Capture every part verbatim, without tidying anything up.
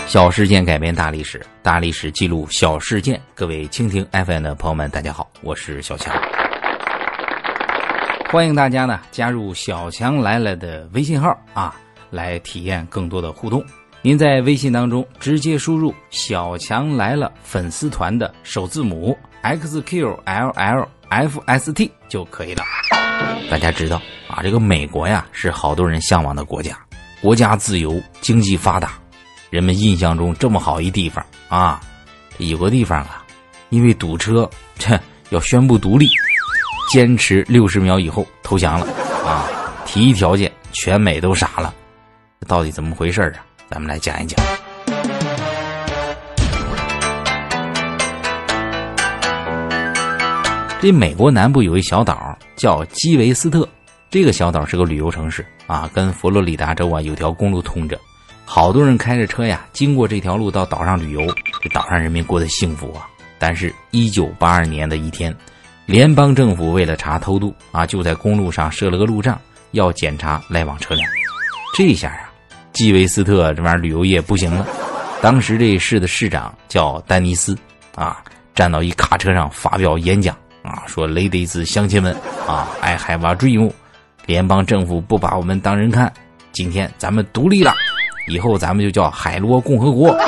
小事件改变大历史，大历史记录小事件。各位蜻蜓 F M 的朋友们，大家好，我是小强。欢迎大家呢加入小强来了的微信号啊，来体验更多的互动。您在微信当中直接输入小强来了粉丝团的首字母 X Q L L F S T 就可以了。大家知道啊，这个美国呀是好多人向往的国家，国家自由，经济发达，人们印象中这么好一地方啊，有个地方啊，因为堵车，这要宣布独立，坚持六十秒以后投降了啊！提一条件，全美都傻了，这到底怎么回事啊？咱们来讲一讲。这美国南部有一小岛叫基维斯特，这个小岛是个旅游城市啊，跟佛罗里达州啊有条公路通着。好多人开着车呀，经过这条路到岛上旅游，这岛上人民过得幸福啊。但是一九八二年的一天，联邦政府为了查偷渡啊，就在公路上设了个路障，要检查来往车辆。这下啊，基维斯特这玩意儿旅游业不行了。当时这市的市长叫丹尼斯啊，站到一卡车上发表演讲啊，说 Ladies 乡亲们啊 I have a dream， 联邦政府不把我们当人看，今天咱们独立了，以后咱们就叫海螺共和国。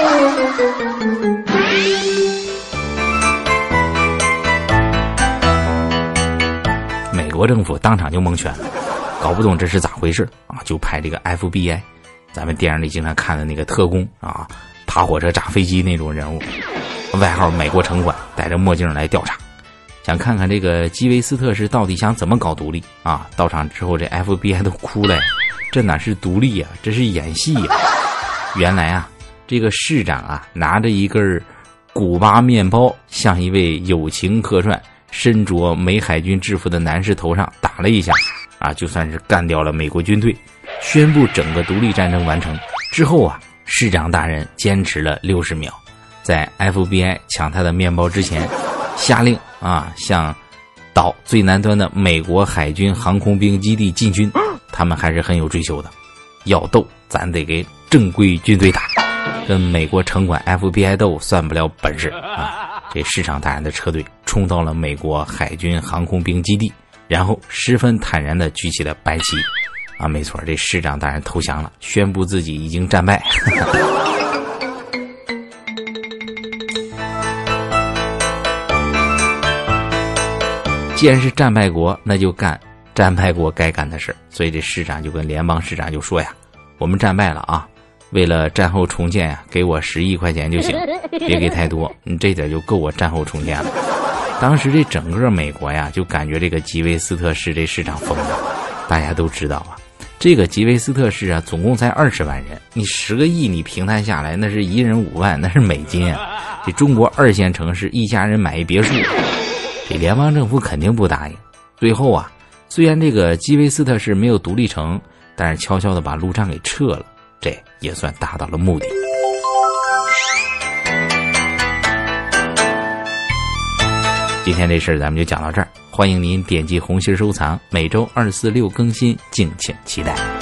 美国政府当场就蒙圈了，搞不懂这是咋回事啊，就派这个 F B I， 咱们电影里经常看的那个特工啊，爬火车炸飞机那种人物，外号美国城管，戴着墨镜来调查，想看看这个基维斯特市到底想怎么搞独立啊。到场之后这 F B I 都哭了呀，这哪是独立啊，这是演戏呀。原来啊，这个市长啊拿着一根古巴面包向一位友情客串身着美海军制服的男士头上打了一下啊，就算是干掉了美国军队，宣布整个独立战争完成。之后啊，市长大人坚持了六十秒，在 F B I 抢他的面包之前下令啊，向岛最南端的美国海军航空兵基地进军。他们还是很有追求的，要斗咱得给正规军队打，跟美国城管 F B I 斗算不了本事啊！这市长大人的车队冲到了美国海军航空兵基地，然后十分坦然地举起了白旗啊！没错，这市长大人投降了，宣布自己已经战败。既然是战败国，那就干战败国该干的事。所以这市长就跟联邦市长就说呀，我们战败了啊，为了战后重建呀，给我十亿块钱就行，别给太多，你这点就够我战后重建了。当时这整个美国呀，就感觉这个基维斯特市这市长疯了。大家都知道啊，这个基维斯特市啊，总共才二十万人，你十个亿你平摊下来，那是一人五万，那是美金啊。这中国二线城市一家人买一别墅，这联邦政府肯定不答应。最后啊，虽然这个基维斯特市没有独立成，但是悄悄地把路障给撤了，这也算达到了目的。今天这事儿咱们就讲到这儿，欢迎您点击红心收藏，每周二四六更新，敬请期待。